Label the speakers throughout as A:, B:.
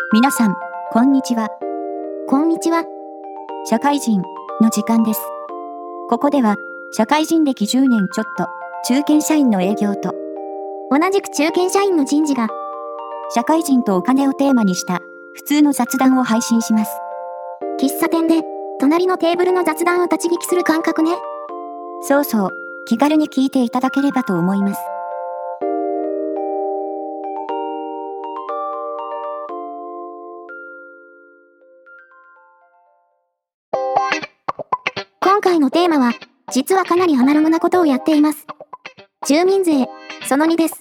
A: 皆さん、こんにちは。
B: こんにちは。
A: 社会人の時間です。ここでは、社会人歴10年ちょっと、中堅社員の営業と、
B: 同じく中堅社員の人事が、
A: 社会人とお金をテーマにした、普通の雑談を配信します。
B: 喫茶店で、隣のテーブルの雑談を立ち聞きする感覚ね。
A: そうそう、気軽に聞いていただければと思います。
B: 今回のテーマは、実はかなりアナログなことをやっています。住民税、その2です。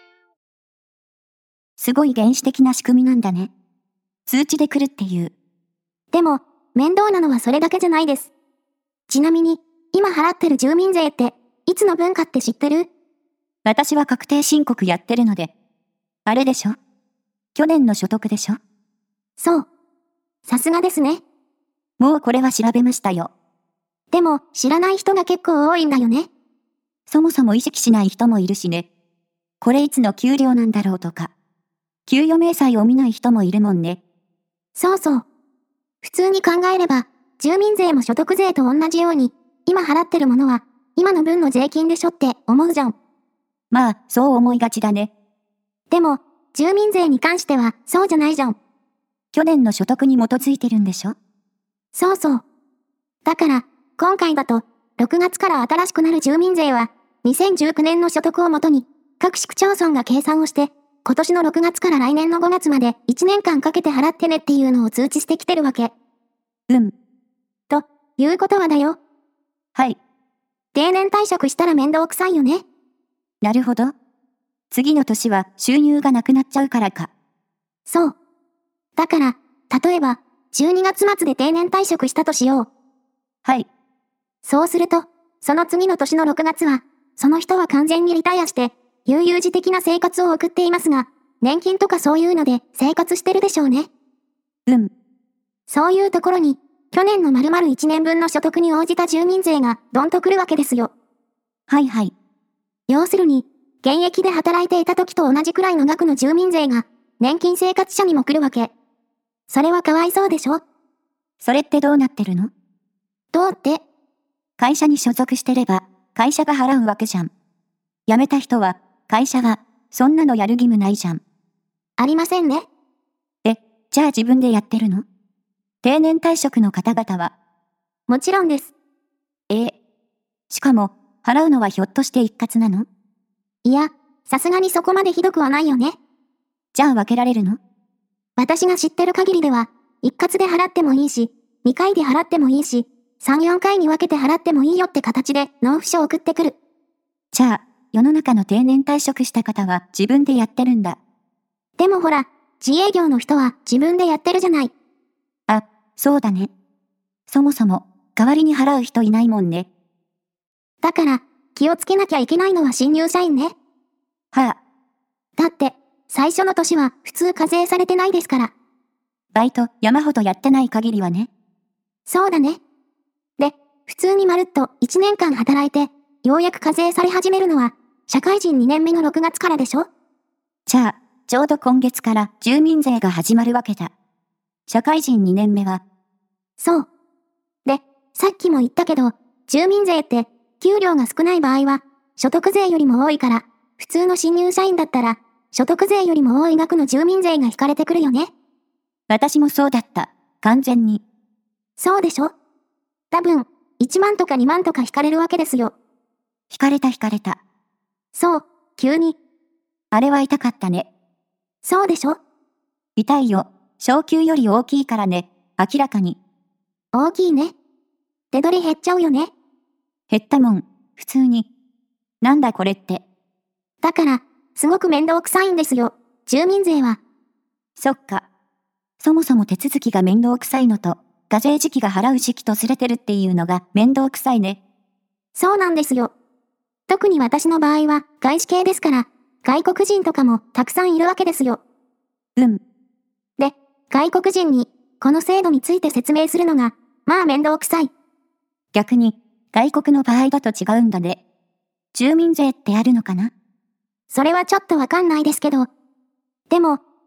A: すごい原始的な仕組みなんだね。通知で来るっていう。
B: でも、面倒なのはそれだけじゃないです。ちなみに、今払ってる住民税って、いつの分かって知ってる？
A: 私は確定申告やってるので。あれでしょ？去年の所得でしょ？
B: そう。さすがですね。
A: もうこれは調べましたよ。
B: でも、知らない人が結構多いんだよね。
A: そもそも意識しない人もいるしね。これいつの給料なんだろうとか。給与明細を見ない人もいるもんね。
B: そうそう。普通に考えれば、住民税も所得税と同じように、今払ってるものは、今の分の税金でしょって思うじゃん。
A: まあ、そう思いがちだね。
B: でも、住民税に関しては、そうじゃないじゃん。
A: 去年の所得に基づいてるんでしょ？
B: そうそう。だから、今回だと、6月から新しくなる住民税は、2019年の所得をもとに、各市区町村が計算をして、今年の6月から来年の5月まで1年間かけて払ってねっていうのを通知してきてるわけ。ということはだよ。
A: はい。
B: 定年退職したら面倒くさいよね。
A: なるほど。次の年は収入がなくなっちゃうからか。
B: そう。だから、例えば、12月末で定年退職したとしよう。
A: はい。
B: そうすると、その次の年の6月は、その人は完全にリタイアして、悠々自適な生活を送っていますが、年金とかそういうので生活してるでしょうね。そういうところに、去年の丸々1年分の所得に応じた住民税がドンと来るわけですよ。
A: はいはい。
B: 要するに、現役で働いていた時と同じくらいの額の住民税が、年金生活者にも来るわけ。それはかわいそうでしょ？
A: それってどうなってるの？
B: どうって？
A: 会社に所属してれば、会社が払うわけじゃん。辞めた人は、会社は、そんなのやる義務ないじゃん。
B: ありませんね。
A: じゃあ自分でやってるの？定年退職の方々は。
B: もちろんです。
A: しかも、払うのはひょっとして一括なの？
B: いや、さすがにそこまでひどくはないよね。
A: じゃあ分けられるの？
B: 私が知ってる限りでは、一括で払ってもいいし、2回で払ってもいいし、3、4回に分けて払ってもいいよって形で納付書を送ってくる。
A: じゃあ、世の中の定年退職した方は自分でやってるんだ。
B: でもほら、自営業の人は自分でやってるじゃない。
A: あ、そうだね。そもそも、代わりに払う人いないもんね。
B: だから、気をつけなきゃいけないのは新入社員ね。
A: はあ、
B: だって、最初の年は普通課税されてないですから。
A: バイト山ほどやってない限りはね。
B: そうだね。で、普通にまるっと1年間働いて、ようやく課税され始めるのは、社会人2年目の6月からでしょ？
A: じゃあ、ちょうど今月から住民税が始まるわけだ。社会人2年目は。
B: そう。で、さっきも言ったけど、住民税って、給料が少ない場合は、所得税よりも多いから、普通の新入社員だったら、所得税よりも多い額の住民税が引かれてくるよね。
A: 私もそうだった。完全に。
B: そうでしょ？多分、1万とか2万とか引かれるわけですよ。
A: 引かれた。
B: そう、急に。
A: あれは痛かったね。
B: そうでしょ？
A: 痛いよ。昇給より大きいからね。明らかに。
B: 大きいね。手取り減っちゃうよね。
A: 減ったもん。普通に。なんだこれって。
B: だから、すごく面倒くさいんですよ。住民税は。
A: そっか。そもそも手続きが面倒くさいのと、課税時期が払う時期とずれてるっていうのが面倒くさいね。
B: そうなんですよ。特に私の場合は外資系ですから、外国人とかもたくさんいるわけですよ。で、外国人にこの制度について説明するのが、まあ面倒くさい。
A: 逆に、外国の場合だと違うんだね。住民税ってあるのかな？
B: それはちょっとわかんないですけど。でも、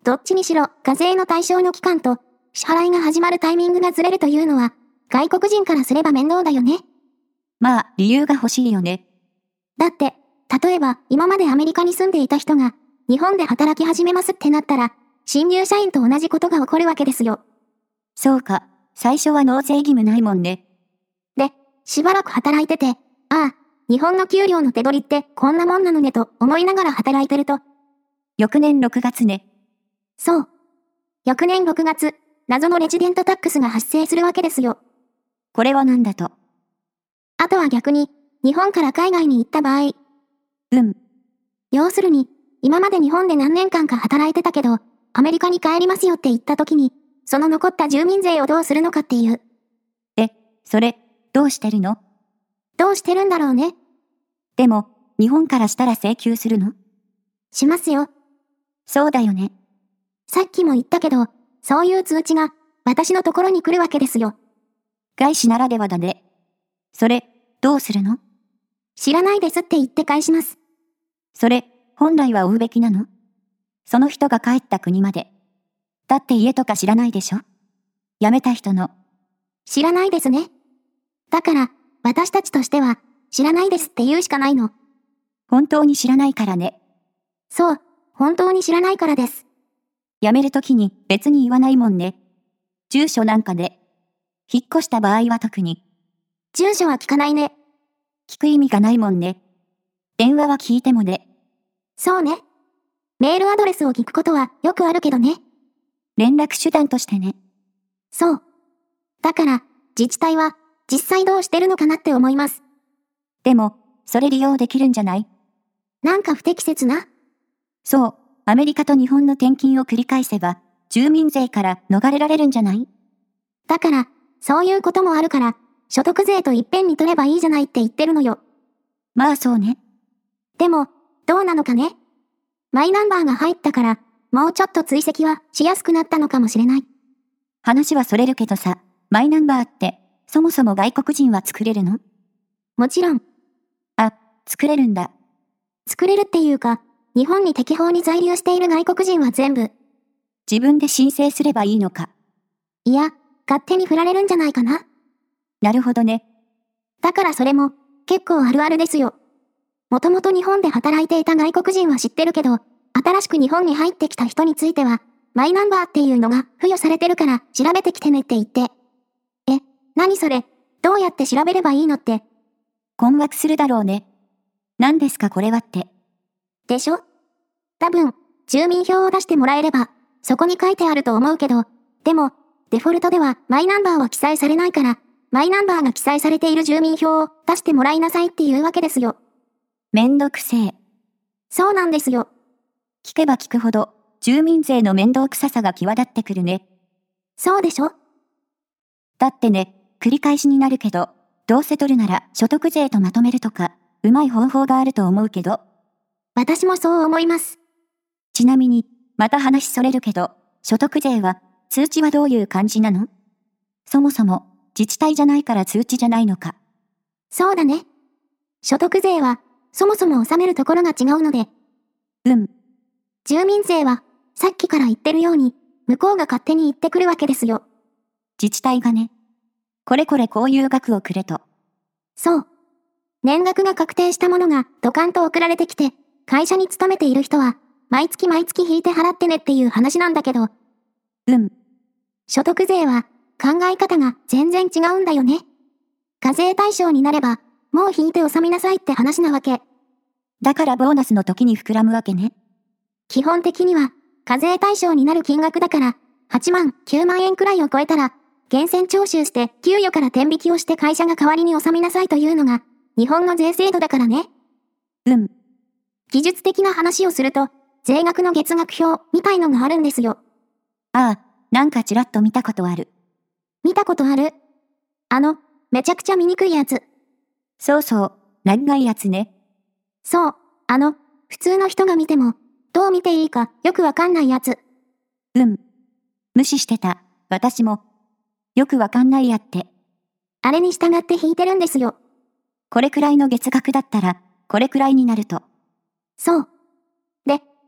B: どっちにしろ課税の対象の期間と支払いが始まるタイミングがずれるというのは外国人からすれば面倒だよね。
A: まあ、理由が欲しいよね。
B: だって、例えば今までアメリカに住んでいた人が日本で働き始めますってなったら、新入社員と同じことが起こるわけですよ。
A: そうか、最初は納税義務ないもんね。
B: で、しばらく働いてて、ああ、日本の給料の手取りってこんなもんなのねと思いながら働いてると、
A: 翌年6月ね。
B: そう。翌年6月、謎のレジデントタックスが発生するわけですよ。
A: これはなんだと。
B: あとは逆に、日本から海外に行った場合、要するに、今まで日本で何年間か働いてたけど、アメリカに帰りますよって言った時に、その残った住民税をどうするのかっていう。
A: それ、どうしてるの？
B: どうしてるんだろうね。
A: でも、日本からしたら請求するの？
B: しますよ。
A: そうだよね。
B: さっきも言ったけど、そういう通知が、私のところに来るわけですよ。
A: 外資ならではだね。それ、どうするの？
B: 知らないですって言って返します。
A: それ、本来は追うべきなの？その人が帰った国まで。だって家とか知らないでしょ？辞めた人の。
B: 知らないですね。だから、私たちとしては、知らないですって言うしかないの。
A: 本当に知らないからね。
B: そう、本当に知らないからです。
A: 辞めるときに別に言わないもんね。住所なんかで。引っ越した場合は特に。
B: 住所は聞かないね。
A: 聞く意味がないもんね。電話は聞いてもね。
B: そうね。メールアドレスを聞くことはよくあるけどね。
A: 連絡手段としてね。
B: そう。だから、自治体は実際どうしてるのかなって思います。
A: でも、それ利用できるんじゃない？
B: なんか不適切な？
A: そう、アメリカと日本の転勤を繰り返せば、住民税から逃れられるんじゃない？
B: だから、そういうこともあるから、所得税といっぺんに取ればいいじゃないって言ってるのよ。
A: まあそうね。
B: でも、どうなのかね？マイナンバーが入ったから、もうちょっと追跡はしやすくなったのかもしれない。
A: 話はそれるけどさ、マイナンバーって、そもそも外国人は作れるの？
B: もちろん、
A: あ、作れるんだ。
B: 作れるっていうか、日本に適法に在留している外国人は全部、
A: 自分で申請すればいいのか。
B: いや、勝手に振られるんじゃないかな。
A: なるほどね。
B: だからそれも、結構あるあるですよ。もともと日本で働いていた外国人は知ってるけど、新しく日本に入ってきた人については、マイナンバーっていうのが付与されてるから調べてきてねって言って。何それ？どうやって調べればいいのって。
A: 困惑するだろうね。何ですかこれはって。
B: でしょ？多分、住民票を出してもらえれば、そこに書いてあると思うけど、でも、デフォルトではマイナンバーは記載されないから、マイナンバーが記載されている住民票を出してもらいなさいっていうわけですよ。
A: めんどくせえ。
B: そうなんですよ。
A: 聞けば聞くほど、住民税の面倒くささが際立ってくるね。
B: そうでしょ？
A: だってね、繰り返しになるけど、どうせ取るなら所得税とまとめるとか、うまい方法があると思うけど。
B: 私もそう思います。
A: ちなみに、また話それるけど、所得税は、通知はどういう感じなの？そもそも、自治体じゃないから通知じゃないのか。
B: そうだね。所得税は、そもそも納めるところが違うので。住民税は、さっきから言ってるように、向こうが勝手に言ってくるわけですよ。
A: 自治体がね。これこういう額をくれと。
B: そう。年額が確定したものがドカンと送られてきて、会社に勤めている人は、毎月引いて払ってねっていう話なんだけど。所得税は、考え方が全然違うんだよね。課税対象になれば、もう引いて納めなさいって話なわけ。
A: だからボーナスの時に膨らむわけね。
B: 基本的には、課税対象になる金額だから、8万、9万円くらいを超えたら、源泉徴収して給与から転引きをして会社が代わりに納めなさいというのが、日本の税制度だからね。技術的な話をすると、税額の月額表みたいのがあるんですよ。
A: ああ、なんかちらっと見たことある。
B: 見たことある？めちゃくちゃ見にくいやつ。
A: そうそう、長いやつね。
B: そう、普通の人が見ても、どう見ていいかよくわかんないやつ。
A: 無視してた、私も。よくわかんないやって。
B: あれに従って引いてるんですよ。
A: これくらいの月額だったら、これくらいになると。
B: そう。で、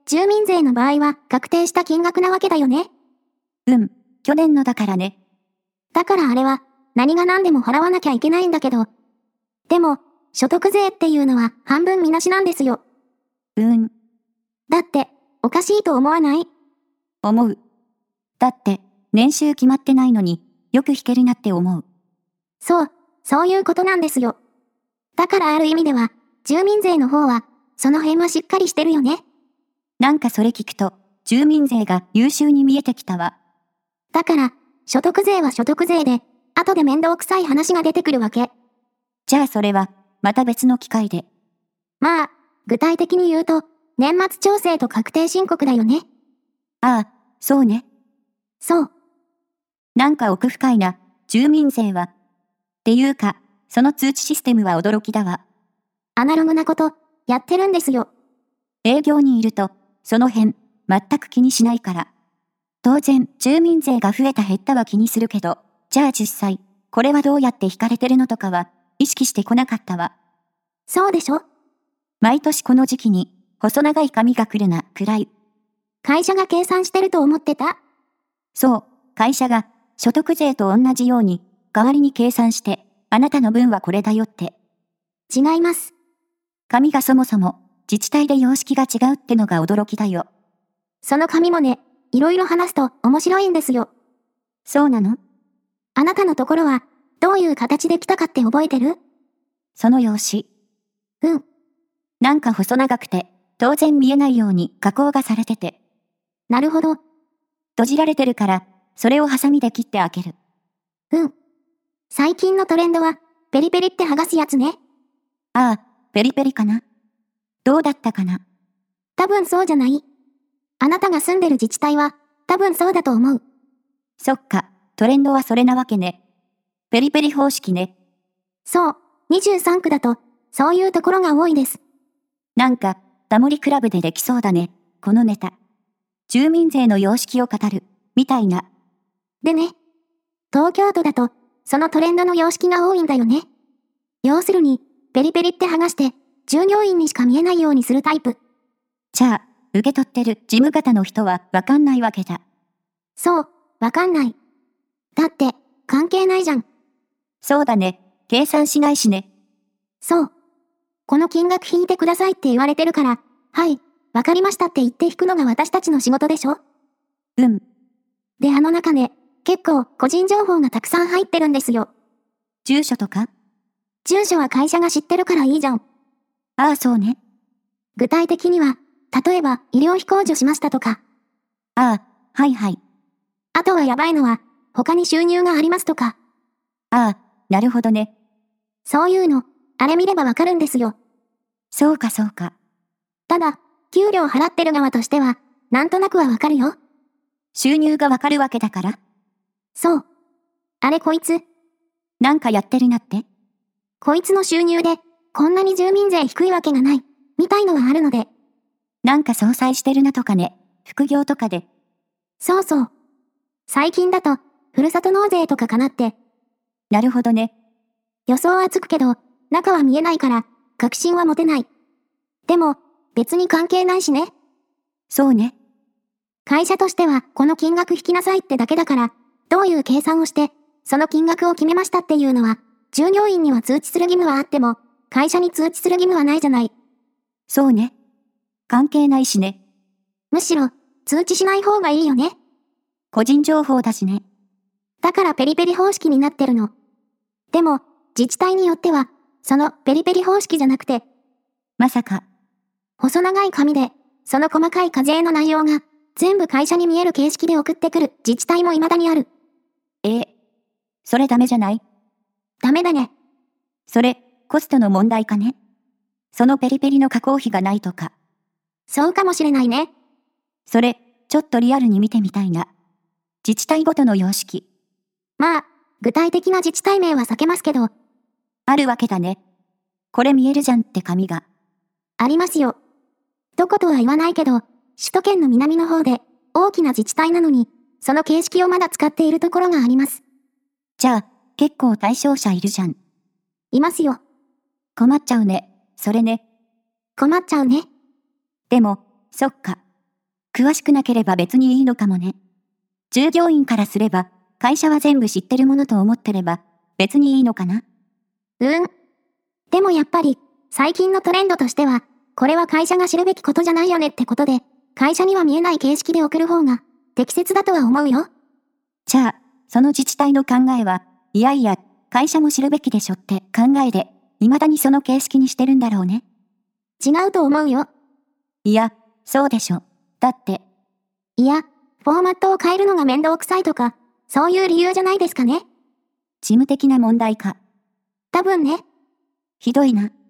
B: 住民税の場合は確定した金額なわけだよね。
A: 去年のだからね。
B: だからあれは、何が何でも払わなきゃいけないんだけど。でも、所得税っていうのは半分みなしなんですよ。だって、おかしいと思わない？
A: 思う。だって、年収決まってないのによく引けるなって思う。
B: そういうことなんですよ。だからある意味では、住民税の方は、その辺はしっかりしてるよね。
A: なんかそれ聞くと、住民税が優秀に見えてきたわ。
B: だから、所得税は所得税で、後で面倒くさい話が出てくるわけ。
A: じゃあそれは、また別の機会で。
B: まあ、具体的に言うと、年末調整と確定申告だよね。
A: ああ、そうね。
B: そう。
A: なんか奥深いな、住民税は。っていうか、その通知システムは驚きだわ。
B: アナログなこと、やってるんですよ。
A: 営業にいると、その辺、全く気にしないから。当然、住民税が増えた減ったは気にするけど、じゃあ実際、これはどうやって引かれてるのとかは、意識してこなかったわ。
B: そうでしょ？
A: 毎年この時期に、細長い紙が来るな、くらい。
B: 会社が計算してると思ってた？
A: そう、会社が、所得税と同じように、代わりに計算して、あなたの分はこれだよって。
B: 違います。
A: 紙がそもそも、自治体で様式が違うってのが驚きだよ。
B: その紙もね、いろいろ話すと面白いんですよ。
A: そうなの？
B: あなたのところは、どういう形で来たかって覚えてる？
A: その用紙。なんか細長くて、当然見えないように加工がされてて。
B: なるほど。
A: 閉じられてるから、それをハサミで切って開ける。
B: 最近のトレンドは、ペリペリって剥がすやつね。
A: ああ、ペリペリかな。どうだったかな。
B: 多分そうじゃない？あなたが住んでる自治体は、多分そうだと思う。
A: そっか、トレンドはそれなわけね。ペリペリ方式ね。
B: そう、23区だと、そういうところが多いです。
A: なんか、タモリクラブでできそうだね、このネタ。住民税の様式を語る、みたいな。
B: でね、東京都だと、そのトレンドの様式が多いんだよね。要するに、ペリペリって剥がして、従業員にしか見えないようにするタイプ。
A: じゃあ、受け取ってる事務方の人はわかんないわけだ。
B: そう、わかんない。だって、関係ないじゃん。
A: そうだね、計算しないしね。
B: そう。この金額引いてくださいって言われてるから、はい、わかりましたって言って引くのが私たちの仕事でしょ？で、あの中ね、結構個人情報がたくさん入ってるんですよ。
A: 住所とか？
B: 住所は会社が知ってるからいいじゃん。
A: ああ、そうね。
B: 具体的には、例えば医療費控除しましたとか。
A: ああ、はいはい。
B: あとはやばいのは、他に収入がありますとか。
A: ああ、なるほどね。
B: そういうの、あれ見ればわかるんですよ。
A: そうかそうか。
B: ただ、給料払ってる側としては、なんとなくはわかるよ。
A: 収入がわかるわけだから。
B: そう。あれこいつ、
A: なんかやってるなって？
B: こいつの収入で、こんなに住民税低いわけがない、みたいのはあるので。
A: なんか相殺してるなとかね、副業とかで。
B: そうそう。最近だと、ふるさと納税とかかなって。
A: なるほどね。
B: 予想はつくけど、中は見えないから、確信は持てない。でも、別に関係ないしね。
A: そうね。
B: 会社としては、この金額引きなさいってだけだから、どういう計算をして、その金額を決めましたっていうのは、従業員には通知する義務はあっても、会社に通知する義務はないじゃない。
A: そうね。関係ないしね。
B: むしろ、通知しない方がいいよね。
A: 個人情報だしね。
B: だからペリペリ方式になってるの。でも、自治体によっては、そのペリペリ方式じゃなくて、
A: まさか。
B: 細長い紙で、その細かい課税の内容が、全部会社に見える形式で送ってくる自治体も未だにある。
A: それダメじゃない？
B: ダメだね。
A: それ、コストの問題かね？そのペリペリの加工費がないとか。
B: そうかもしれないね。
A: それ、ちょっとリアルに見てみたいな。自治体ごとの様式。
B: まあ、具体的な自治体名は避けますけど、
A: あるわけだね。これ見えるじゃんって紙が。
B: ありますよ。どことは言わないけど、首都圏の南の方で、大きな自治体なのに、その形式をまだ使っているところがあります。
A: じゃあ、結構対象者いるじゃん。
B: いますよ。
A: 困っちゃうね。それね。
B: 困っちゃうね。
A: でも、そっか。 詳しくなければ別にいいのかもね。従業員からすれば、会社は全部知ってるものと思ってれば、別にいいのかな。
B: でもやっぱり、最近のトレンドとしては、これは会社が知るべきことじゃないよねってことで、会社には見えない形式で送る方が、適切だとは思うよ。
A: じゃあ、その自治体の考えは、いやいや、会社も知るべきでしょって考えで、未だにその形式にしてるんだろうね。
B: 違うと思うよ。
A: いや、そうでしょ。だって。
B: いや、フォーマットを変えるのが面倒くさいとか、そういう理由じゃないですかね。
A: 事務的な問題か。
B: 多分ね。
A: ひどいな。